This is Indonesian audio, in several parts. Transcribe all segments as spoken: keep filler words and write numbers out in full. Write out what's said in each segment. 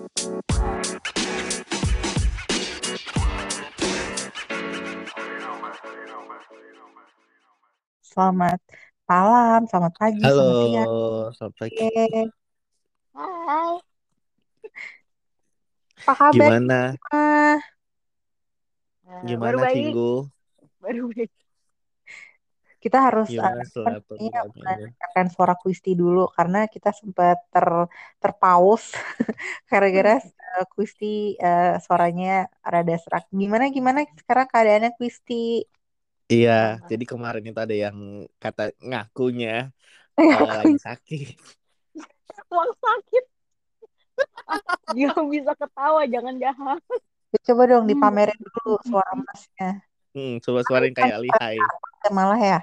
Selamat malam, selamat pagi, Halo, selamat siang. selamat pagi. Oke. Hai, apa kabar Gimana? semua? Eh, baru Gimana baik, Cinggu? baru baik. Kita harus eh, Gimana apa setelah namanya, perjalanannya? mendengarkan suara Kuisti dulu karena kita sempat ter terpaus gara-gara eh, Kuisti eh, suaranya rada serak. Gimana gimana sekarang keadaannya Kuisti? Iya, jadi kemarin itu ada yang kata ngakunya eh, Aku lagi sakit. emang sakit. Ah, dia bisa ketawa, jangan jahat. Coba dong dipamerin dulu suara emasnya. Hmm, coba suarain kayak lihai. Malah ya.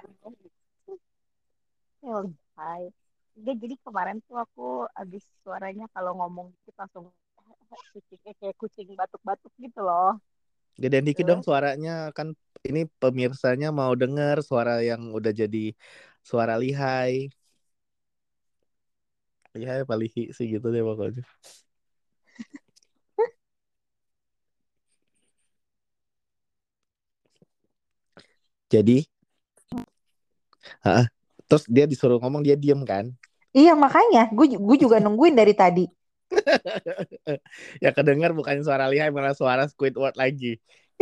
Ya, hai. Enggak, jadi kemarin tuh aku abis suaranya kalau ngomong gitu langsung kucing, eh, kayak kucing batuk-batuk gitu loh. Gedean dikit dong Terus suaranya, kan ini pemirsanya mau denger suara yang udah jadi suara lihai. Lihai apa lihi sih gitu deh pokoknya. Jadi, ah, terus dia disuruh ngomong dia diem kan? iya makanya gue gue juga nungguin dari tadi. Ya kedenger bukan suara lihai malah suara Squidward lagi.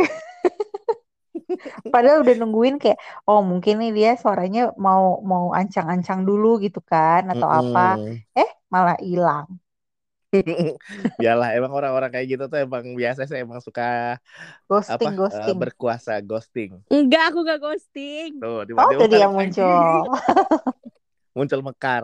Padahal udah nungguin kayak oh mungkin nih dia suaranya mau mau ancang-ancang dulu gitu kan atau apa. Mm-mm. Eh malah hilang. Biarlah emang orang-orang kayak gitu tuh emang biasa sih emang suka apa Ghosting eh, ghosting. berkuasa ghosting. Enggak, aku gak ghosting. Tuh Oh tiba-tiba tuh dia balik lagi muncul. muncul mekar.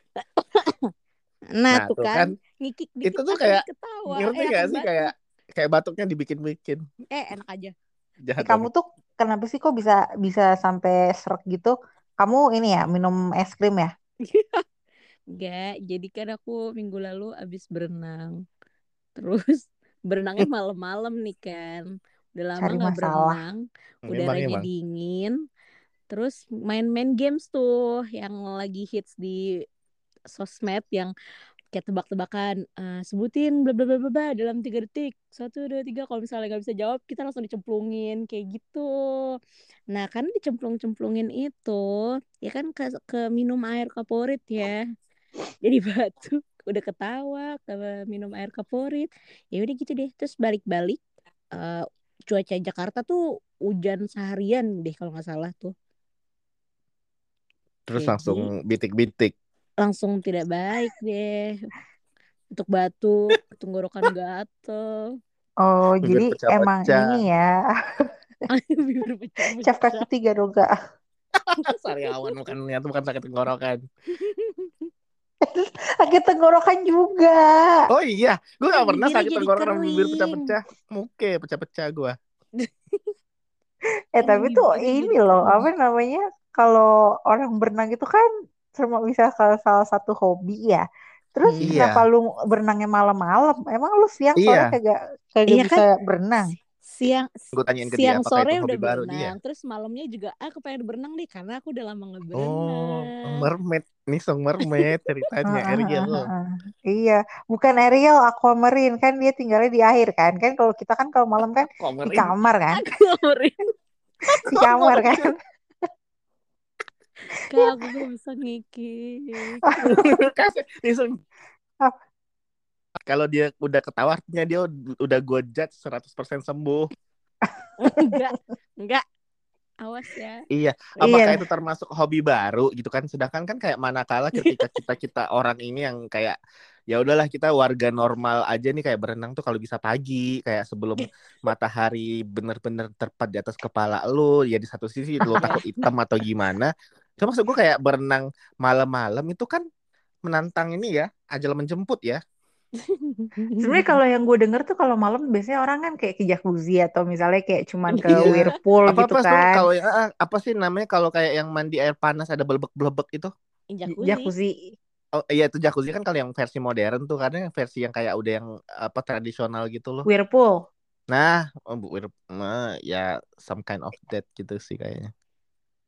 Nah Nah tuh tuh kan, kan ngikik itu dikit tuh aku kayak diketawa. ngerti Eh aku gak sih kayak dibatuk. kayak batuknya dibikin-bikin Eh enak aja. Eh, jahat kamu banget. tuh kenapa sih kok bisa bisa sampai serak gitu? Kamu ini ya minum es krim ya? Enggak, jadi kan aku minggu lalu abis berenang. Terus berenangnya malam-malam nih kan. Udah lama Cari gak masalah. berenang, Emang udaranya emang dingin. Terus main-main games tuh yang lagi hits di sosmed yang kayak tebak-tebakan, eh, sebutin bla bla bla bla bla dalam tiga detik, satu dua tiga, kalau misalnya nggak bisa jawab kita langsung dicemplungin kayak gitu. Nah kan dicemplung-cemplungin itu ya kan ke, ke minum air kaporit ya, jadi batuk. Udah ketawa ke minum air kaporit, ya udah gitu deh. Terus balik-balik, eh, cuaca Jakarta tuh hujan seharian deh kalau nggak salah tuh, terus jadi langsung bitik-bitik langsung tidak baik deh untuk batuk, tenggorokan gatel. Oh, bibir jadi emang ini pecah-pecah. ya. Bibir Chapter pecah-pecah. ketiga dong, Kak. Sariawan bukan niat bukan sakit tenggorokan. Sakit tenggorokan juga. Oh iya, gue Kan gak pernah bibirnya sakit jadi tenggorokan sama bibir kering. pecah-pecah. Muke pecah-pecah gue. Eh, Kan tapi tuh bibirnya ini jadi loh, kering. apa namanya? Kalau orang berenang itu kan cuma bisa salah, salah satu hobi ya. Terus Hmm. kenapa Iya, lu berenangnya malam-malam? Emang lu siang sore iya. kagak kagak Iya bisa kan, berenang? siang Gue tanyain ke dia siang apakah sore itu udah hobi baru dia. berenang, terus malamnya juga aku pengen berenang deh karena aku udah lama nggak Oh, berenang. mermaid. Ini song mermaid ceritanya Heeh, heeh, Ariel. heeh. Iya, bukan Ariel, Aquamarine kan dia tinggalnya di air kan. Kan kalau kita kan kalau malam kan di Aquamarine. kamar kan, Aku ngomorin. di Gue kamar kan. lucu. Kak, aku gak bisa ngikik. Kasih. Ini song. Apa? Kalau dia udah ketawa artinya dia udah gue judge seratus persen sembuh. Enggak, enggak, awas ya. Iya, apakah Iya, itu termasuk hobi baru gitu kan? Sedangkan kan kayak manakala ketika kita kita orang ini yang kayak ya udahlah kita warga normal aja nih kayak berenang tuh kalau bisa pagi kayak sebelum matahari bener-bener tepat di atas kepala lu, ya di satu sisi lu Ya. takut hitam atau gimana. Cuma maksud gue kayak berenang malam-malam itu kan menantang ini ya, ajal menjemput ya. sebenarnya kalau yang gue denger tuh kalau malam biasanya orang kan kayak ke jacuzzi atau misalnya kayak cuman ke Iya. whirlpool gitu Apa-apa tuh kan. kalau yang ah, apa sih namanya kalau kayak yang mandi air panas ada belebek-belebek itu? Jacuzzi. Jacuzzi, Oh iya itu jacuzzi kan kalau yang versi modern tuh karena yang versi yang kayak udah yang apa tradisional gitu loh. whirlpool. Nah, oh, bu- wir- nah, ya some kind of that gitu sih kayaknya.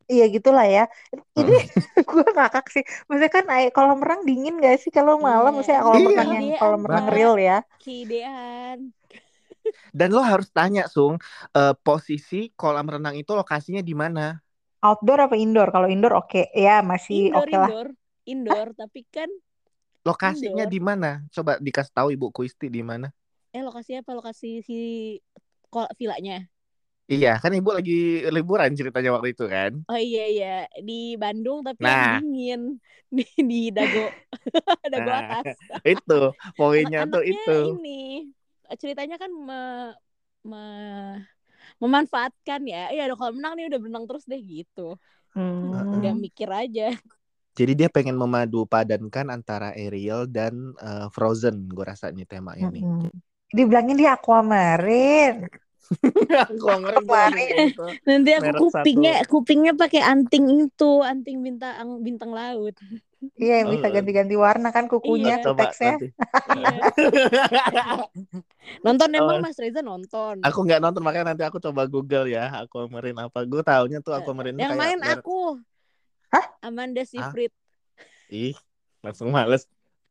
Iya gitulah ya. Ini Mm-mm. gue ngakak sih. Maksudnya kan air kolam renang dingin gak sih kalau malam? Iya, Maksudnya emang kolam Iya, renang yang keidean kolam renang banget. Kak, real ya. keidean. Dan lo harus tanya, Sung, eh, posisi kolam renang itu lokasinya di mana? Outdoor apa indoor? Kalau indoor oke. Ya masih Indoor, oke lah. indoor, indoor, tapi kan Lokasinya indoor. di mana? Coba dikasih tahu Ibu Kuisti di mana? Eh lokasi apa? Lokasi si kol villanya. Iya, kan Ibu lagi liburan ceritanya waktu itu kan? Oh iya iya di Bandung tapi yang Nah, dingin di di Dago Dago nah atas. itu poinnya tuh Anak-anaknya itu. ini ceritanya kan me- me- memanfaatkan ya. Iya dong kalau menang nih udah menang terus deh gitu. Nggak Hmm. mikir aja. Jadi dia pengen memadu padankan antara Ariel dan eh, Frozen, gue rasa nih temanya nih. Mm-mm. Dibilangin dia Aquamarine. Aku kemarin gue langsung Aquamarine. itu Nanti aku merek kupingnya satu. kupingnya pakai anting itu, anting bintang bintang laut. Iya yang bisa Oh, ganti-ganti warna kan kukunya, Iya, coba kuteksnya. nanti. iya. Nonton emang Oh, Mas Reza nonton. aku nggak nonton makanya nanti aku coba Google ya Aquamarine apa. Gue taunya tuh Eh, Aquamarine tuh Yang kayak main merek. aku Hah? Amanda Ah, Seyfried. ih, langsung males.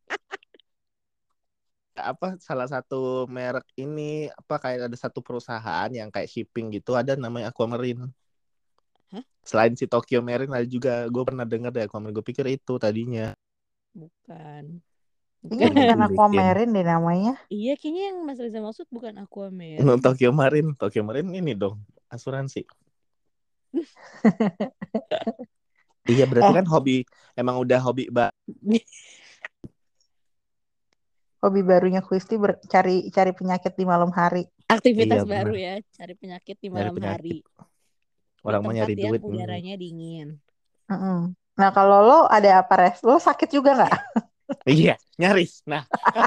Apa salah satu merek ini apa kayak ada satu perusahaan yang kayak shipping gitu ada namanya Aquamarine. Hah? Selain si Tokyo Marine ada juga gue pernah dengar deh Aquamarine. Gue pikir itu tadinya. Bukan. Kayaknya Mendingan Bukan. bukan dibikin. Aquamarine deh namanya. Iya, kayaknya yang Mas Reza maksud bukan Aquamarine. Tokyo Marine, Tokyo Marine ini dong asuransi. Iya berarti Eh, kan hobi emang udah hobi ba- hobi barunya Kristi ber- cari cari penyakit di malam hari. Iya Aktivitas baru benar. ya, cari penyakit di Nyari malam penyakit. hari di Orang mau tempat nyari yang duit. Hmm. udaranya dingin. Mm-mm. Nah kalau lo ada apa res? Lo sakit juga nggak? Iya, nyaris. Nah,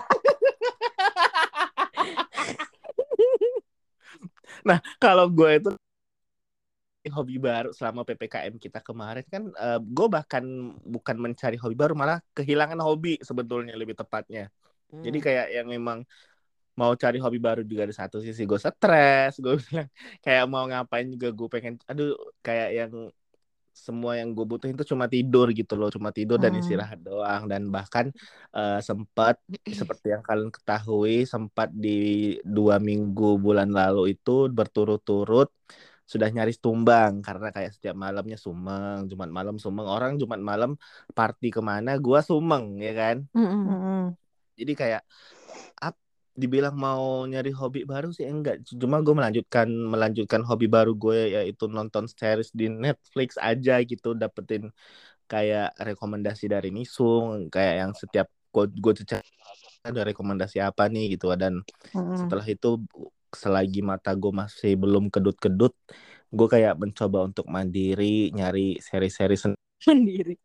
nah kalau gue itu hobi baru selama P P K M kita kemarin kan eh, gue bahkan bukan mencari hobi baru malah kehilangan hobi sebetulnya lebih tepatnya. Jadi Hmm. kayak yang memang mau cari hobi baru juga di satu sisi gue stres, gue bilang kayak mau ngapain juga gue pengen aduh kayak yang semua yang gue butuhin itu cuma tidur gitu loh, cuma tidur dan Hmm. istirahat doang dan bahkan eh, sempat seperti yang kalian ketahui sempat di dua minggu bulan lalu itu berturut-turut sudah nyaris tumbang karena kayak setiap malamnya sumeng, Jumat malam sumeng, orang Jumat malam party kemana, gue sumeng ya kan, Mm-mm. Mm-mm. jadi kayak up dibilang mau nyari hobi baru sih enggak, cuma gue melanjutkan melanjutkan hobi baru gue yaitu nonton series di Netflix aja gitu, dapetin kayak rekomendasi dari Nisung kayak yang setiap gue gue cecah ada rekomendasi apa nih gitu, dan Mm-mm. setelah itu selagi mata gue masih belum kedut-kedut gue kayak mencoba untuk mandiri nyari seri-seri Sendiri.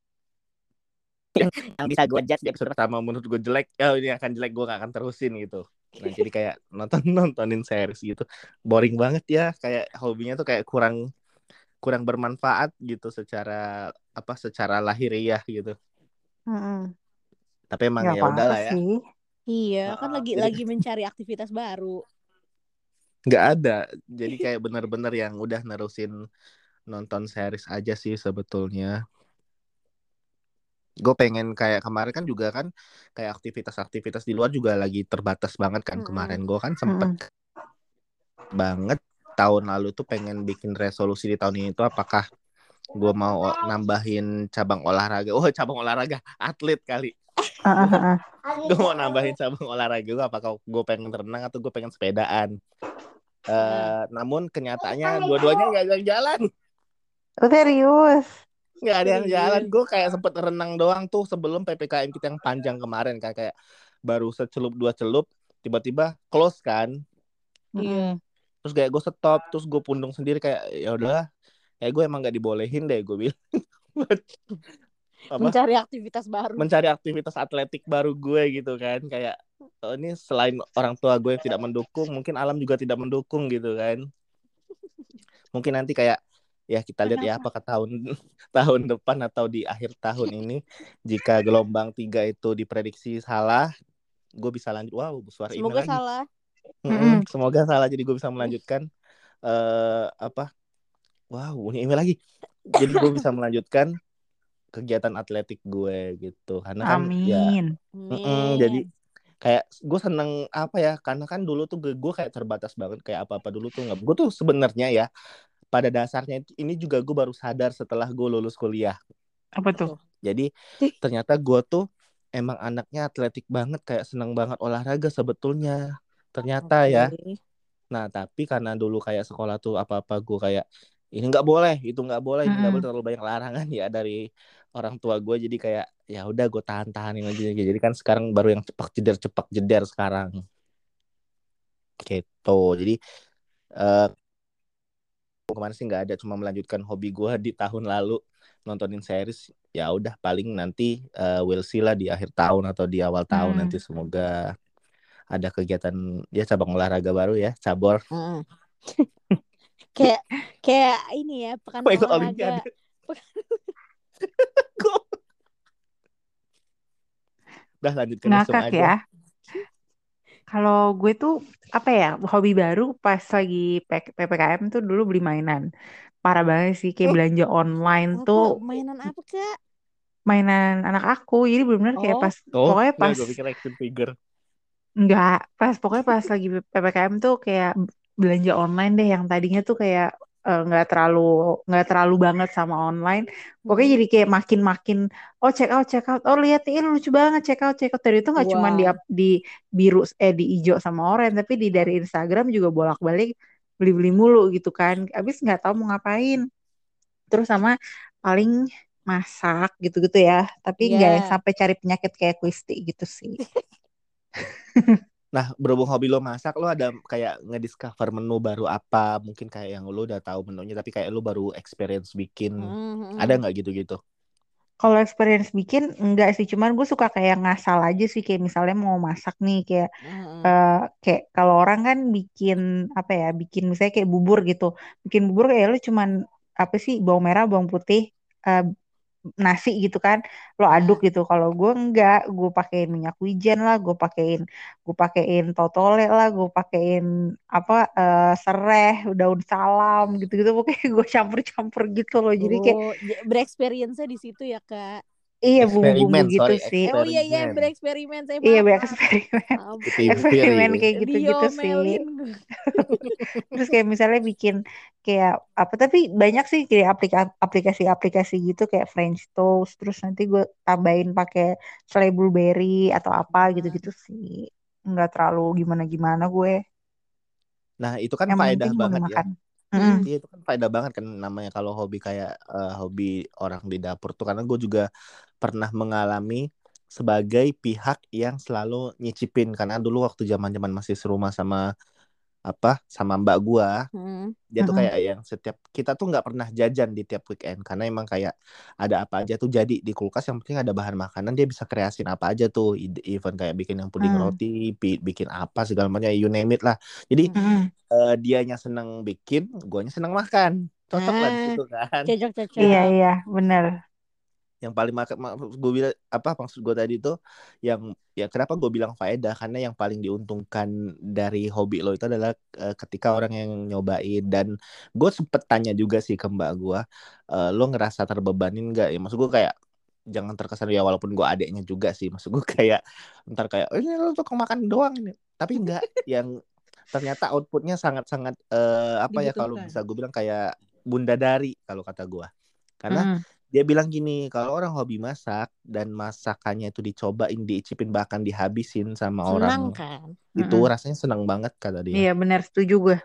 yang bisa gue judge di episode pertama menurut gue jelek, oh ini akan jelek gue gak akan terusin gitu. Nah jadi kayak nonton nontonin series gitu boring banget ya, kayak hobinya tuh kayak kurang kurang bermanfaat gitu secara apa secara lahiriah gitu, Mm-mm. tapi emang Nggak ya apa-apa udahlah ya. sih. Iya, kan Heeh, lagi jadi lagi mencari aktivitas baru. nggak ada, jadi kayak bener-bener yang udah nerusin nonton series aja sih sebetulnya. Gue pengen kayak kemarin kan juga kan kayak aktivitas-aktivitas di luar juga lagi terbatas banget kan Mm-mm. kemarin gue kan sempet Mm-mm. banget tahun lalu tuh pengen bikin resolusi di tahun ini tuh apakah gue mau nambahin cabang olahraga, oh cabang olahraga atlet kali, Ah, ah, ah. gue mau nambahin cabang olahraga gue apakah gue pengen renang atau gue pengen sepedaan. Heeh. Uh, namun kenyataannya dua-duanya nggak ada yang jalan, Oh, serius. nggak ada yang jalan. Serius. Gue kayak sempet renang doang tuh sebelum P P K M kita yang panjang kemarin kan, kayak baru secelup dua celup tiba-tiba close kan, Iya. Mm-mm. terus kayak gue stop, terus gue pundung sendiri kayak ya udahlah, kayak gue emang nggak dibolehin deh gue bilang apa Mencari aktivitas baru. mencari aktivitas atletik baru gue gitu kan, kayak oh, ini selain orang tua gue yang tidak mendukung mungkin alam juga tidak mendukung gitu kan, mungkin nanti kayak ya kita lihat ya apakah tahun tahun depan atau di akhir tahun ini jika gelombang tiga itu diprediksi salah gue bisa lanjut. Wow suara email Semoga lagi. salah. Mm-mm. Mm-mm, semoga salah jadi gue bisa melanjutkan eh apa wow bunyi email lagi. jadi gue bisa melanjutkan kegiatan atletik gue gitu. Karena kan ya Amin. mm-mm, jadi Men. kayak gue seneng apa ya, karena kan dulu tuh gue, gue kayak terbatas banget, kayak apa-apa dulu tuh nggak, gue tuh sebenarnya ya pada dasarnya ini juga gue baru sadar setelah gue lulus kuliah. Apa tuh? Tuh. Jadi ternyata gue tuh emang anaknya atletik banget, kayak seneng banget olahraga sebetulnya ternyata Oke. ya. Nah tapi karena dulu kayak sekolah tuh apa-apa gue kayak ini nggak boleh, itu nggak boleh, ini nggak boleh, Mm-mm. terlalu banyak larangan ya dari orang tua gue. Jadi kayak ya udah gue tahan-tahanin aja. Jadi kan sekarang baru yang cepak jeder cepak jeder sekarang gitu. Jadi eh, kemarin sih nggak ada, cuma melanjutkan hobi gue di tahun lalu nontonin series. Ya udah paling nanti uh, we'll see lah di akhir tahun atau di awal tahun Mm-mm. nanti, semoga ada kegiatan ya cabang olahraga baru ya, cabor. Mm. kayak kayak ini ya, pekan Kok ikut olahraga. olimpiade? Kok? Udah lanjut ke Nesum Ngakak aja. ya. Kalau gue tuh apa ya, hobi baru pas lagi P- ppkm tuh dulu beli mainan. Parah banget sih, kayak Eh, belanja online apa tuh mainan apa kak? mainan anak aku. Jadi benar-benar kayak Oh, pas, Oh pokoknya nggak, pas gue pikir action figure. Enggak, pas pokoknya pas lagi P P K M tuh kayak belanja online deh, yang tadinya tuh kayak eh, nggak terlalu nggak terlalu banget sama online. Pokoknya hmm. jadi kayak makin-makin, oh check out check out, oh lihat ini lucu banget, check out check out. Tadi itu nggak cuma di Wah. di biru eh di hijau sama oranye, tapi di Ah. dari Instagram juga bolak-balik beli-beli mulu gitu kan. Abis nggak tahu mau ngapain. Terus sama paling masak gitu-gitu ya, tapi nggak yang Ya. sampai cari penyakit kayak Kristi gitu sih. Nah berhubung hobi lo masak, lo ada kayak ngediscover menu baru apa? Mungkin kayak yang lo udah tahu menunya tapi kayak lo baru experience bikin. Ada Hmm. nggak gitu-gitu? Kalau experience bikin enggak sih, cuman gue suka kayak ngasal aja sih, kayak misalnya mau masak nih, kayak Hmm. eh, kayak kalau orang kan bikin apa ya, bikin misalnya kayak bubur gitu, bikin bubur kayak lu cuman apa sih, bawang merah, bawang putih, eh, nasi gitu kan, lo aduk Ah. gitu. Kalau gue enggak, gue pakein minyak wijen lah, gue pakein gue pakein totole lah, gue pakein apa, eh, sereh, daun salam gitu-gitu, pokoknya gue campur-campur gitu loh, jadi kayak Oh, j- bereksperience di situ ya kak. iya bumbu-bumbu Eksperimen, gitu sorry, sih. Eh, oh iya iya eksperimen. bereksperimen, saya Iya, maaf banyak maaf. eksperimen, Tim Ampun, eksperimen Firly. kayak gitu-gitu sih. diomelin. Terus kayak misalnya bikin kayak apa, tapi banyak sih kayak aplika- aplikasi-aplikasi gitu kayak French toast. Terus nanti gue tambahin pakai selai blueberry atau apa gitu-gitu sih. Nggak terlalu gimana-gimana gue. Nah itu kan Yang faedah penting mau banget ya. dimakan. Mm-mm. Mm-mm. Iya itu kan faedah banget kan namanya kalau hobi kayak eh, hobi orang di dapur tuh, karena gue juga pernah mengalami sebagai pihak yang selalu nyicipin, karena dulu waktu zaman-zaman masih serumah sama apa sama mbak gua, Mm-mm. dia tuh Mm-mm. kayak yang setiap kita tuh nggak pernah jajan di tiap weekend, karena emang kayak ada apa aja tuh jadi di kulkas, yang penting ada bahan makanan, dia bisa kreasin apa aja tuh, I- even kayak bikin yang puding Mm. roti, bi- bikin apa segala macam, you name it lah. Jadi Mm-mm. Mm-mm. eh, dianya seneng bikin, guanya seneng makan, cocok lah di Ah, situ kan. cocok Iya, cocok. iya, bener. Yang paling mak gue bilang apa maksud gue tadi tuh, yang ya kenapa gue bilang faedah, karena yang paling diuntungkan dari hobi lo itu adalah eh, ketika orang yang nyobain. Dan gue sempet tanya juga sih ke mbak gue, eh, lo ngerasa terbebanin nggak ya, maksud gue kayak jangan terkesan ya, walaupun gue adeknya juga sih, maksud gue kayak ntar kayak oh, ini lo tukang makan doang ini, tapi enggak, yang ternyata outputnya sangat-sangat eh, apa ya, kalau Dibutuhkan. bisa gue bilang kayak bunda dari, kalau kata gue. Karena Mm-mm. dia bilang gini, kalau orang hobi masak dan masakannya itu dicobain, diicipin, bahkan dihabisin sama Senang orang kan? itu, Mm-mm. rasanya senang banget kata dia. Iya, bener, setuju gue.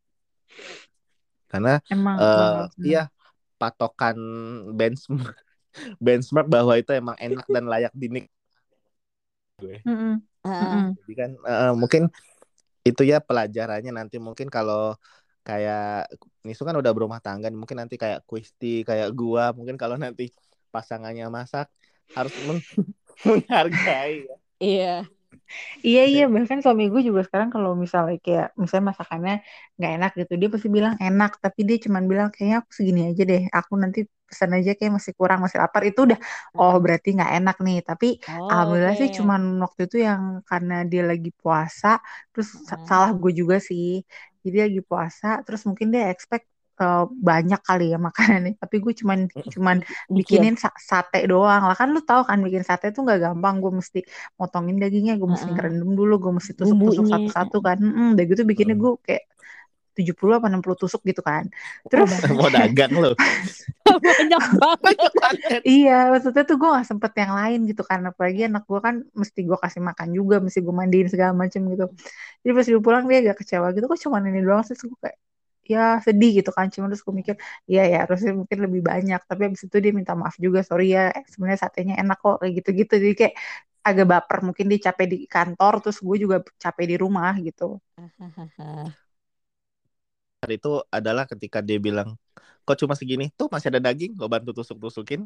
Karena Emang eh bakal seneng. iya, patokan benchmark benchmark bahwa itu emang enak dan layak dinik gue. Mm-mm. Ah, Mm-mm. Jadi kan eh, mungkin itu ya pelajarannya nanti, mungkin kalau kayak Nisu kan udah berumah tangga, mungkin nanti kayak Kuisti, kayak gua, mungkin kalau nanti pasangannya masak harus meng- menghargai ya. iya. Iya, iya, bahkan suami gue juga sekarang kalau misalnya kayak misalnya masakannya nggak enak gitu, dia pasti bilang enak, tapi dia cuman bilang kayaknya aku segini aja deh, aku nanti pesan aja, kayak masih kurang, masih lapar, itu udah oh Ah. berarti nggak enak nih. Tapi Oh, alhamdulillah sih oke. cuman waktu itu yang karena dia lagi puasa, terus sa- Ah. salah gue juga sih, jadi lagi puasa terus mungkin dia expect uh, banyak kali ya makanannya, tapi gue cuman cuman Dikit. bikinin sa- sate doang lah. Kan lu tahu kan bikin sate tuh nggak gampang. Gue mesti motongin dagingnya, gue mesti Heeh. ngerendam dulu, gue mesti tusuk-tusuk Bumbunya. satu-satu kan. Mm, udah gitu bikinnya Mm. gue kayak tujuh puluh apa enam puluh tusuk gitu kan. Oh, Terus banyak. Mau dagang lo. Banyak banget. Banyak banget. iya, maksudnya tuh gue gak sempet yang lain gitu kan. Apalagi anak gue kan mesti gue kasih makan juga, mesti gue mandiin segala macem gitu. Jadi pas dia pulang dia agak kecewa gitu, kok cuma ini doang sih. Terus gue kayak, ya sedih gitu kan. Cuma terus gue mikir, iya ya harusnya mungkin lebih banyak. Tapi abis itu dia minta maaf juga, sorry ya sebenarnya satenya enak kok, kayak gitu-gitu. Jadi kayak agak baper, mungkin dia capek di kantor, terus gue juga capek di rumah gitu. Itu adalah ketika dia bilang, kok cuma segini? Tuh masih ada daging, lo bantu tusuk-tusukin.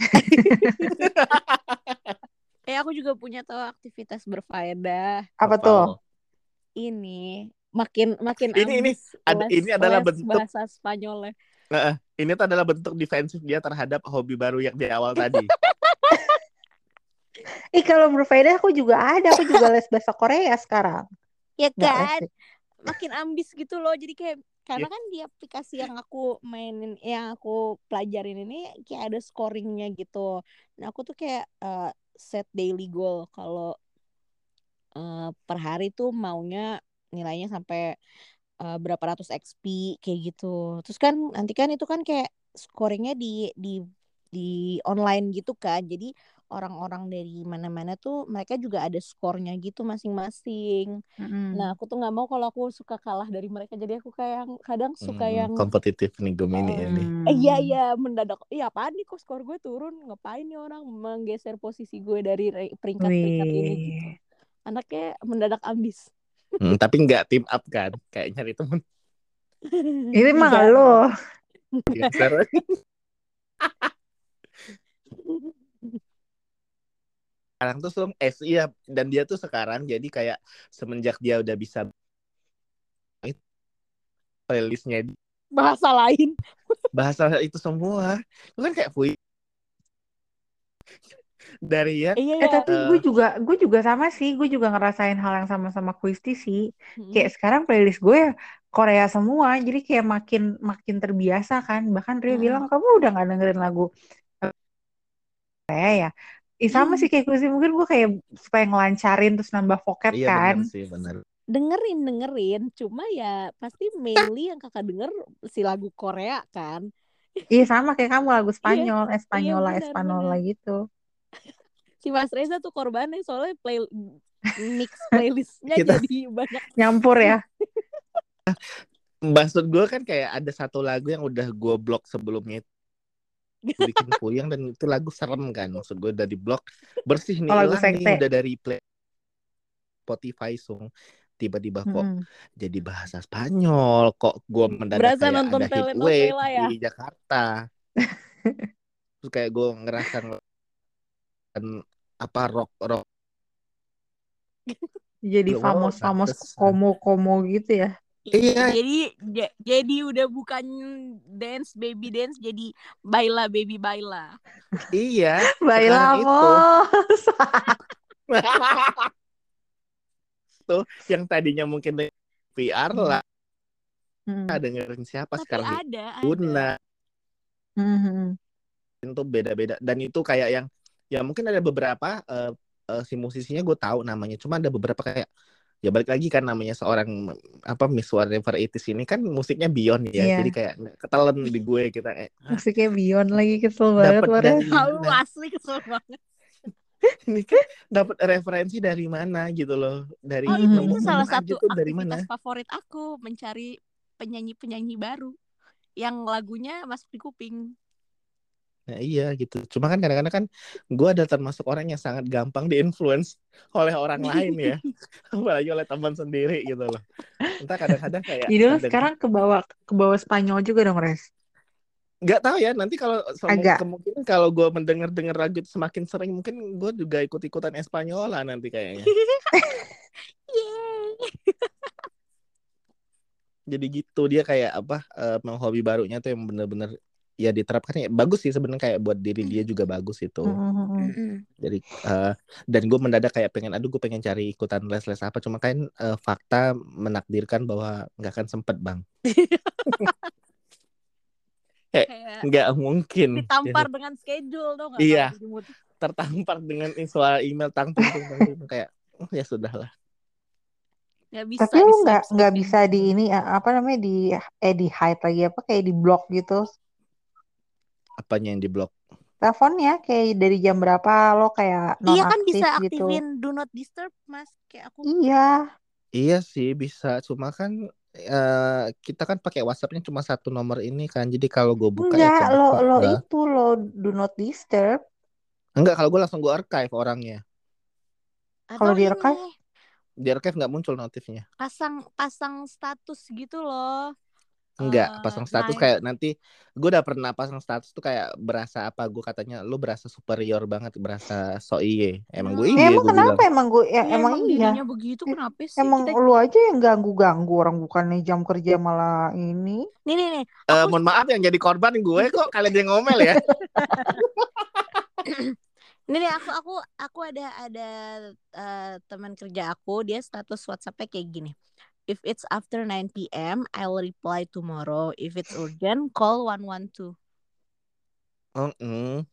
Eh aku juga punya tahu aktivitas berfaedah. Apa tuh? Ini makin makin Ini ini ambis ada les, ini adalah les bentuk bahasa Spanyolnya. Nah, ini tuh adalah bentuk defensif dia terhadap hobi baru yang di awal tadi. Ih kalau berfaedah aku juga ada, aku juga les bahasa Korea sekarang. Ya Nggak les kan, sih. makin ambis gitu loh. Jadi kayak karena Iya. kan di aplikasi yang aku mainin, yang aku pelajarin ini kayak ada scoringnya gitu. Nah aku tuh kayak uh, set daily goal kalau uh, per hari tuh maunya nilainya sampai uh, berapa ratus X P kayak gitu. Terus kan nanti kan itu kan kayak scoringnya di di di online gitu kan. Jadi orang-orang dari mana-mana tuh mereka juga ada skornya gitu masing-masing. Mm-mm. Nah aku tuh nggak mau kalau aku suka kalah dari mereka. Jadi aku kayak kadang suka Hmm, yang kompetitif nih Gemini uh, ini. eh iya iya mendadak. Iya apaan nih kok skor gue turun? Ngapain nih orang menggeser posisi gue dari re- peringkat-peringkat ini gitu. Wih. Anaknya mendadak ambis. Hmm, tapi nggak team up kan? Kayak nyari temen Ini mah Enggak. lo. geser. Sekarang tuh Sung, eh iya, dan dia tuh sekarang jadi kayak semenjak dia udah bisa playlistnya Bahasa lain. bahasa itu semua, itu kan kayak puisi dari ya. Iya Eh ya. tapi gue Uh, juga gue juga sama sih, gue juga ngerasain hal yang sama-sama Kuisti sih. Kayak Hmm. sekarang playlist gue ya Korea semua, jadi kayak makin makin terbiasa kan. Bahkan Rio Hmm. bilang kamu udah nggak dengerin lagu Korea ya. Ih sama sih kayak Kuisti, mungkin gue kayak supaya ngelancarin terus nambah vocab iya kan. benar sih, benar. Dengerin dengerin, cuma ya pasti mainly yang kakak denger si lagu Korea kan. Iya sama kayak kamu lagu Iya Spanyol, iya Espanyola, benar Espanola benar. gitu. Si Mas Reza tuh korbannya soalnya play mix playlistnya Kita jadi banyak. Nyampur ya. maksud gue kan kayak ada satu lagu yang udah gue blok sebelumnya, bikin puyeng, dan itu lagu serem kan. Maksud gue udah di blok, bersih Oh nih, lagu hilang nih, sekte. udah dari play Spotify Sung. Tiba-tiba kok Mm-mm. jadi bahasa Spanyol, kok gue mendadak Berasa kayak nonton ada heat wave telenovela ya. di Jakarta. Terus kayak gue ngerasa ngeliat apa rock rock Jadi oh famos-famos pantesan. komo-komo gitu ya. Iya, Jadi j- jadi udah bukan dance baby dance, jadi baila baby baila. iya, sekarang itu Bailamos. tuh yang tadinya mungkin V R lah, Hmm. dengerin siapa Tapi sekarang ada ada. Guna Hmm. itu beda-beda, dan itu kayak yang ya mungkin ada beberapa uh, uh, si musisinya gue tahu namanya, cuma ada beberapa kayak ya balik lagi kan, namanya seorang apa Miss Whatever It Is ini kan musiknya beyond ya, Iya. jadi kayak ketelen di gue kita eh, ah, Musiknya Beyond lagi, kesel banget dapat Lores. dari Tahu mana asli kesel banget. ini kan, dapat referensi dari mana gitu loh, dari Oh itu Mhm. itu nemu salah nemu aja satu tuh dari mana. aktivitas favorit aku, mencari penyanyi-penyanyi baru yang lagunya masuk di kuping. Nah iya gitu, cuma kan kadang-kadang kan gue ada termasuk orang yang sangat gampang diinfluence oleh orang lain ya, apalagi oleh teman sendiri gitu loh. Entah kadang-kadang kayak Jadi lo kedengar, sekarang ke bawah ke bawah Spanyol juga dong, Res? nggak tahu ya, nanti kalau Agak. kemungkinan kalau gue mendengar-dengar lagu itu semakin sering, mungkin gue juga ikut-ikutan Espanyola nanti kayaknya. Jadi gitu, dia kayak apa uh, hobi barunya tuh yang bener-bener ya diterapkan ya bagus sih sebenarnya, kayak buat diri dia juga bagus itu. Mm-hmm. Jadi uh, dan gue mendadak kayak pengen, aduh gue pengen cari ikutan les-les apa, cuma kan uh, fakta menakdirkan bahwa nggak akan sempet bang. Eh, Kayak nggak mungkin. ditampar dengan schedule dong nggak Iya. kalau dijemput. Tertampar dengan soal email tang tung tung tang tung kayak oh, ya sudahlah. Nggak bisa Tapi lu di nggak nggak swipe-swiping. bisa di ini eh, apa namanya di eh di hide lagi apa kayak di block gitu. Apanya yang diblok? Teleponnya kayak dari jam berapa lo kayak Iya kan nonaktif bisa gitu. aktifin do not disturb mas, kayak aku. Iya. Iya sih bisa, cuma kan eh, kita kan pakai WhatsAppnya cuma satu nomor ini kan, jadi kalau gue buka ya Enggak, lo kebuka lo lah. itu lo do not disturb. Enggak, kalau gue langsung gue archive orangnya. Kalau Atau di ini archive Di archive nggak muncul notifnya. pasang pasang status gitu loh. Enggak, Eh, pasang status live. kayak nanti gue udah pernah pasang status tuh kayak berasa apa, gue katanya lu berasa superior banget, berasa so iye. Emang gue ya iye, emang gue bilang. kenapa emang gue ya, Iya, emang emang iya. dirinya begitu, Eh, kenapa sih Emang kita. lu aja yang ganggu-ganggu orang bukannya jam kerja malah ini. Nih nih nih, Eh, aku mohon maaf yang jadi korban gue kok, kalian yang ngomel ya. Ini nih aku aku aku ada ada eh, teman kerja aku, dia status WhatsApp-nya kayak gini. If it's after nine p.m. I'll reply tomorrow. If it's urgent, call one one two. Oh, mm.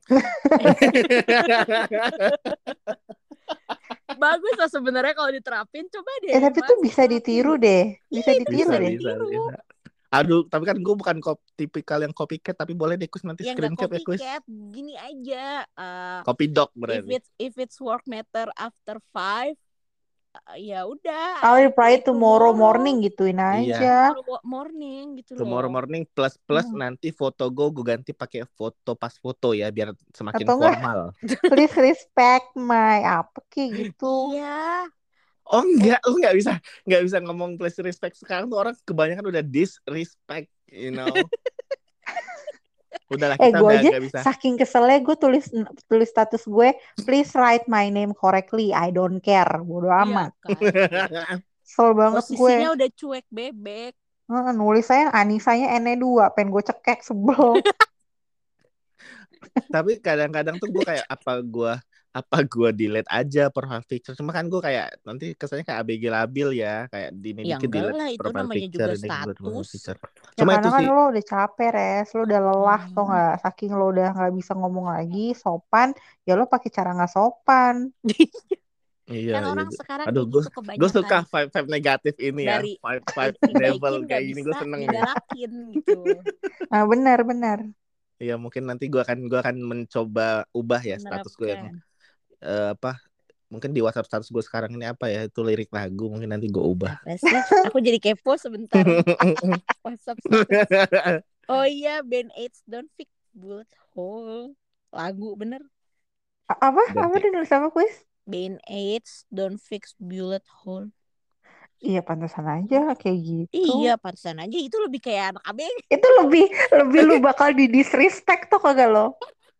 Bagus lah sebenarnya kalau diterapin, coba deh. Eh tapi Mas, tuh bisa terapin. ditiru deh. Bisa Iya, ditiru bisa deh. bisa Tiru. bisa. Aduh, tapi kan gue bukan kop tipikal yang copycat, tapi boleh deh Kus nanti Ya nggak screen cap ya Kus. copycat, gini aja. eh, Copy doc if berarti. it's if it's work matter after five, eh, ya udah. I'll I'll reply reply tomorrow tomorrow. morning gituin Iya. aja. Tomorrow morning gitu Tomorrow loh. morning plus plus Hmm. nanti foto gue gue ganti pakai foto pas foto ya biar semakin Atau enggak formal. please respect my apa kayak gitu. Iya. Oh enggak, lu nggak bisa nggak bisa ngomong please respect sekarang tuh orang kebanyakan udah disrespect, you know. Udahlah Eh kita gue udah aja nggak bisa. saking keselnya gue tulis tulis status gue please write my name correctly I don't care bodo Iya amat. kan. Kesel banget gue. Posisinya udah cuek bebek. Heeh, nulis saya Anisanya N dua pengen gue cekek sebel. Tapi kadang-kadang tuh gue kayak apa gue apa gue delete aja profile picture, cuma kan gue kayak nanti kesannya kayak A B G labil ya, kayak di ini Ya dikit enggak delete lah, itu profile namanya picture, juga ini delete profile status. picture. Ya Cuma itu karena kan sih lo udah capek res, lo udah lelah Hmm. tuh nggak, saking lo udah nggak bisa ngomong lagi sopan, ya lo pakai cara nggak sopan. iya, Kan iya. orang sekarang Aduh, kayak gue gitu gue kebanyakan. suka vibe vibe negatif ini ya, Dari vibe vibe dibaikin devil nggak kayak gini gue bisa seneng nih. digalakin gitu. Nah benar benar. Iya mungkin nanti gue akan gue akan mencoba ubah ya status gue yang Menerapkan. eh, apa mungkin di WhatsApp status gue sekarang ini apa ya, itu lirik lagu, mungkin nanti gue ubah. Apa sih? Aku jadi kepo sebentar. WhatsApp status. Oh iya, Band Aids Don't Fix Bullet Hole. Lagu bener. A- Apa Dan apa dia nulis apa kuis? Band Aids Don't Fix Bullet Hole. Iya pantesan aja kayak gitu. Iya, pantesan aja itu lebih kayak anak abeng. Itu lebih lebih lu bakal di disrespect tuh kagak lo?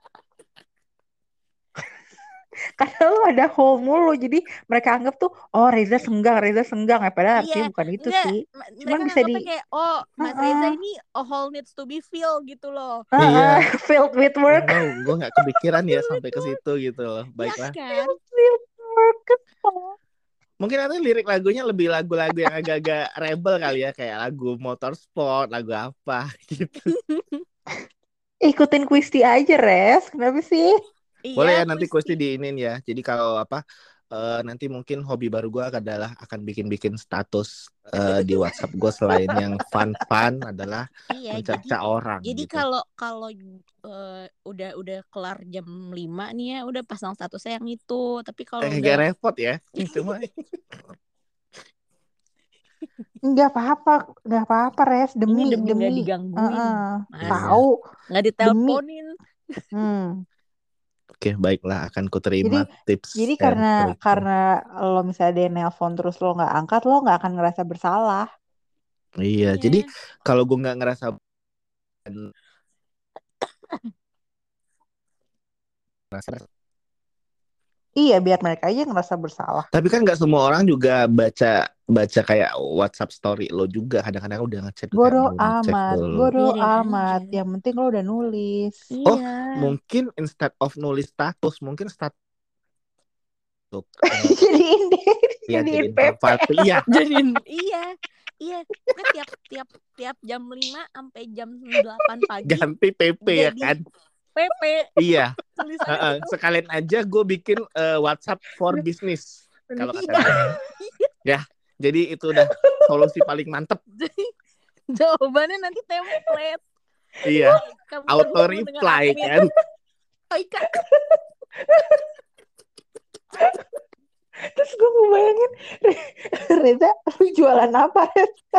Karena lu ada hole mulu, jadi mereka anggap tuh oh Reza senggang, Reza senggang ya padahal artinya Iya, bukan itu enggak. sih. M- Cuman Mereka bisa nganggapnya di kayak oh Mas Heeh. Reza ini a hole needs to be filled gitu loh. Heeh, iya, filled with work. wow, gue nggak kepikiran ya sampai ke situ gitu loh. Ya Baiklah, kan? Filled work kesel. mungkin nanti lirik lagunya lebih lagu-lagu yang agak-agak rebel kali ya, kayak lagu motorsport, lagu apa gitu. Ikutin Quisti aja res, kenapa sih? Boleh ya Iya, nanti Kusti. Kusti diinin ya. Jadi kalau apa eh, nanti mungkin hobi baru gue adalah akan bikin-bikin status eh, di WhatsApp gue selain yang fun-fun adalah Iya, jadi mencerca orang jadi gitu. kalau kalau eh, udah udah kelar jam lima nih ya, udah pasang statusnya yang itu. Tapi kalau Eh, udah gak repot ya. Cuma Enggak apa-apa, enggak apa-apa res, ini demi demi nggak demi. digangguin, Heeh. Mas. Iya. Tahu Nggak demi. diteleponin. Hmm. Oke, baiklah akan Jadi kuterima tips jadi dan karena triknya. karena lo misalnya dia nelpon terus lo nggak angkat, lo nggak akan ngerasa bersalah. Iya, Iya. jadi kalau gue nggak ngerasa ngerasa- Iya, biar mereka aja ngerasa bersalah. tapi kan nggak semua orang juga baca baca kayak WhatsApp story lo juga, kadang-kadang udah ngechat tuh kayak Bodoh belum ngecek amat, dulu. bodoh Biarin amat. aja. Yang penting lo udah nulis. Oh, Iya. mungkin instead of nulis status, mungkin status untuk eh, Jadiin deh, ya jadiin jadiin P P. profile. Iya, Jadiin iya. Iya, pokoknya tiap tiap tiap jam lima sampai jam delapan pagi Ganti P P ya jadi kan? P P. Iya. Tulisannya Uh-uh. gitu. Sekalian aja gue bikin uh, WhatsApp for business kalau kata Iya. dia. Ya, jadi itu udah solusi paling mantep. Jadi jawabannya nanti template. Iya. Kami Auto terhubung dengan reply admin. kan. Hai Kak. Terus gue ngebayangin, Reza, lu jualan apa, Reza?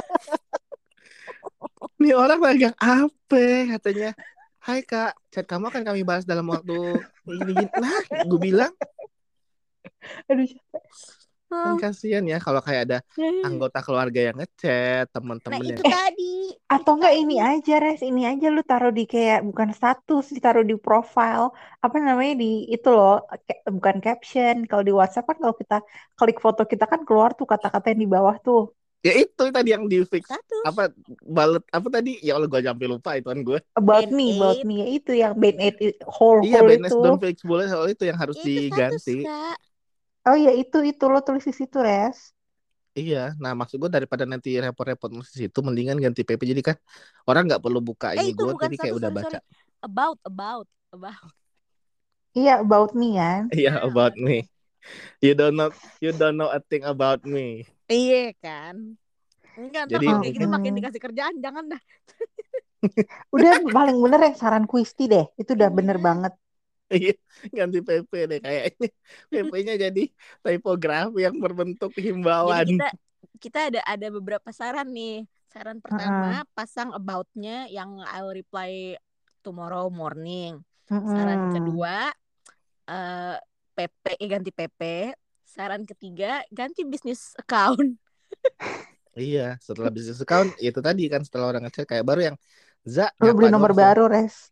Ini orang magang apa katanya. Hai Kak, chat kamu akan kami bahas dalam waktu gini-gini. Nah, gue bilang Aduh, kan kasihan ya kalau kayak ada anggota keluarga yang ngechat, Nah temen-temen itu yang tadi. atau Itu enggak tadi. ini aja, Res, ini aja lu taruh di kayak bukan status, ditaruh di profile, apa namanya di itu loh, ca- bukan caption. Kalau di WhatsApp kan kalau kita klik foto kita kan keluar tuh kata-kata yang di bawah tuh. ya itu tadi yang di fix Status. apa balet apa tadi ya Allah gue sampai lupa ituan gue. About Band me, aid. about me, ya itu yang band aid i- whole Iya, whole Benes itu. Don't Fix boleh soal itu yang harus Ya, itu status diganti. Kak. Oh ya itu itu lo tulis di situ, Res. Iya, nah maksud gue daripada nanti repot-repot nulis di situ, mendingan ganti P P. Jadi kan orang nggak perlu buka Eh ini itu gue, bukan jadi kayak status, udah sorry baca. sorry. About about about. Iya about me kan. Iya, Nah, about me. You don't know, you don't know a thing about me. iya kan. Enggak, ntar Jadi kalau kayak gitu mungkin makin Mm-mm. dikasih kerjaan, jangan dah. Udah paling bener yang saran Kwisti deh, itu udah bener Iya. banget. iya, ganti P P deh kayaknya. P P-nya jadi tipografi yang berbentuk Jadi himbauan. kita kita ada ada beberapa saran nih. Saran pertama, Mm-mm. pasang about-nya yang I'll reply tomorrow morning. Mm-mm. Saran kedua, eh P P eh, ganti P P. Saran ketiga, ganti business account. Iya, setelah bisnis account itu tadi kan setelah orang ngechat kayak baru yang Za Lu beli nyapa nomor doang langsung baru, Res.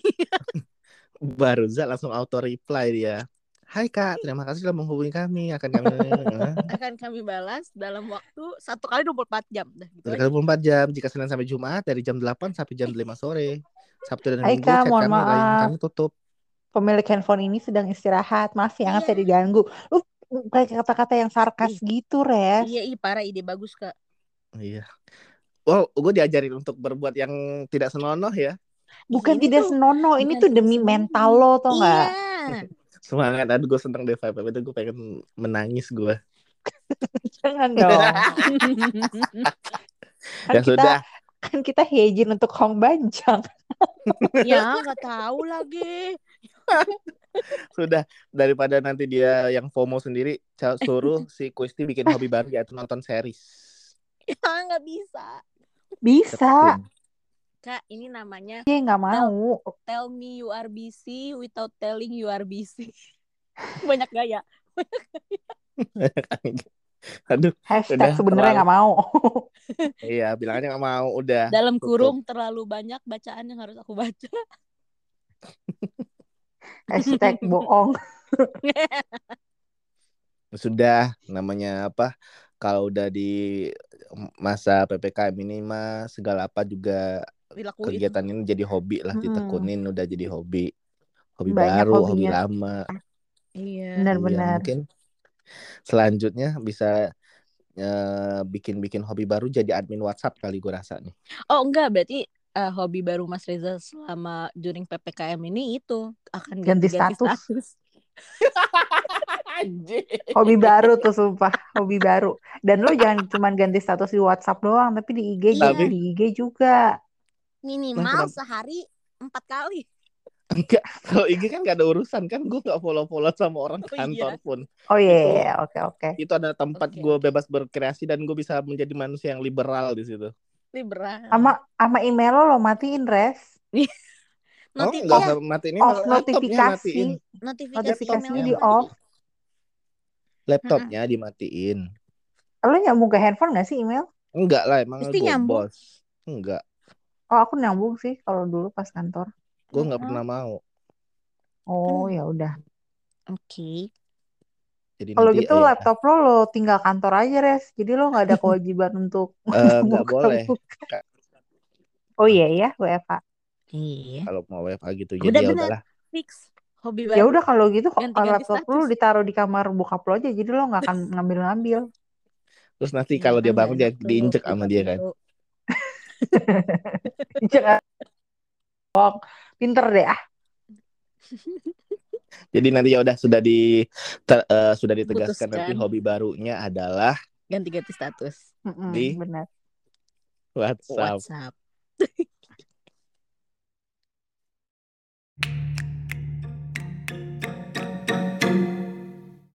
baru Za langsung auto reply dia. Hai Kak, terima kasih sudah menghubungi kami. Akan kami Akan kami balas dalam waktu satu kali dua puluh empat jam. Dah, gitu aja. dua puluh empat jam jika Senin sampai Jumat dari jam delapan sampai jam lima sore. Sabtu dan Hai Minggu Kak, chat mohon kami, line maaf. kami tutup. Pemilik handphone ini sedang istirahat. Maaf ya, nggak Iya. bisa diganggu. Lu kayak kata-kata yang sarkas Ih. gitu, Res. Iya, iya parah, ide bagus Kak. Iya. Wow, gue diajarin untuk berbuat yang tidak senonoh ya. Bukan Ini tidak tuh senonoh, ini bukan tuh tidak demi senonoh. mental lo, tau nggak? Iya. Semangat, aduh gue seneng deh vibe itu, gue pengen menangis gue. Jangan dong. Kan Ya kita sudah. kan kita hejin untuk Hong Banjang. Ya nggak tahu lagi. Sudah, daripada nanti dia yang FOMO sendiri, ca- suruh si Kusti bikin hobi baru yaitu nonton series. Ya nggak bisa. Bisa. Ketuin. Kak, ini namanya Dia nggak tell, mau. tell me you are busy without telling you are busy. Banyak gaya. Aduh, Hashtag udah sebenarnya terlalu. nggak mau. Iya, bilang aja nggak mau, udah. Dalam tutup. kurung terlalu banyak bacaan yang harus aku baca. Hashtag bohong. Sudah, namanya apa? Kalau udah di masa P P K M ini mah segala apa juga Dilakuin. kegiatan ini jadi hobi lah, Mm-mm. ditekunin udah jadi hobi. Hobi Banyak baru, hobi hobinya. lama. Iya. Iya, Benar-benar. mungkin selanjutnya bisa eh, bikin-bikin hobi baru jadi admin WhatsApp kali gue rasa nih. Oh enggak, berarti uh, hobi baru Mas Reza selama during P P K M ini itu akan Ganti ganti-ganti status. status. Hobi baru tuh sumpah, hobi baru. Dan lo jangan cuma ganti status di WhatsApp doang, tapi di I G Iya. ganti di I G juga. Minimal Nah, kenapa? sehari empat kali. Enggak, kalau I G kan gak ada urusan kan, gue gak follow-follow sama orang Oh, kantor iya. pun. Oh iya, Itu yeah, oke oke. itu ada tempat Oke, gue oke. bebas berkreasi dan gue bisa menjadi manusia yang liberal di situ. Liberal. Sama sama email lo lo matiin, Res. Oh, Notif nggak iya, usah matiin, Off laptopnya notifikasi, matiin. notifikasi notifikasinya emailnya di Laptopnya off. Laptopnya dimatiin. Lo nyambung ke handphone nggak sih email? Enggak lah, emang Pasti gue nyambung. bos. Enggak, Oh aku nyambung sih kalau dulu pas kantor. gue nggak Oh. pernah mau. Oh Hmm. ya udah. Oke. Jadi Kalau nanti gitu eh, laptop lo lo tinggal kantor aja, Res. Jadi lo nggak ada kewajiban untuk eh, nggak boleh buka-buka. Oh iya ya, W F H. Iya. kalau mau W F H gitu. Udah Jadi ya benar. udahlah. Fix. Hobi Ya baru. udah kalau gitu Ganti-ganti laptop status. lo ditaruh di kamar bokap lo aja. Jadi lo nggak akan ngambil-ngambil. Terus nanti Ya kalau dia kan bangun dia banyak tuh diinjek sama dia kan. fitur-fitur. Jangan bohong. Pinter deh ah. Jadi nanti ya udah sudah di ter- eh, sudah ditegaskan nanti Putuskan hobi barunya adalah ganti-ganti status Mm-mm, di benar. WhatsApp. WhatsApp.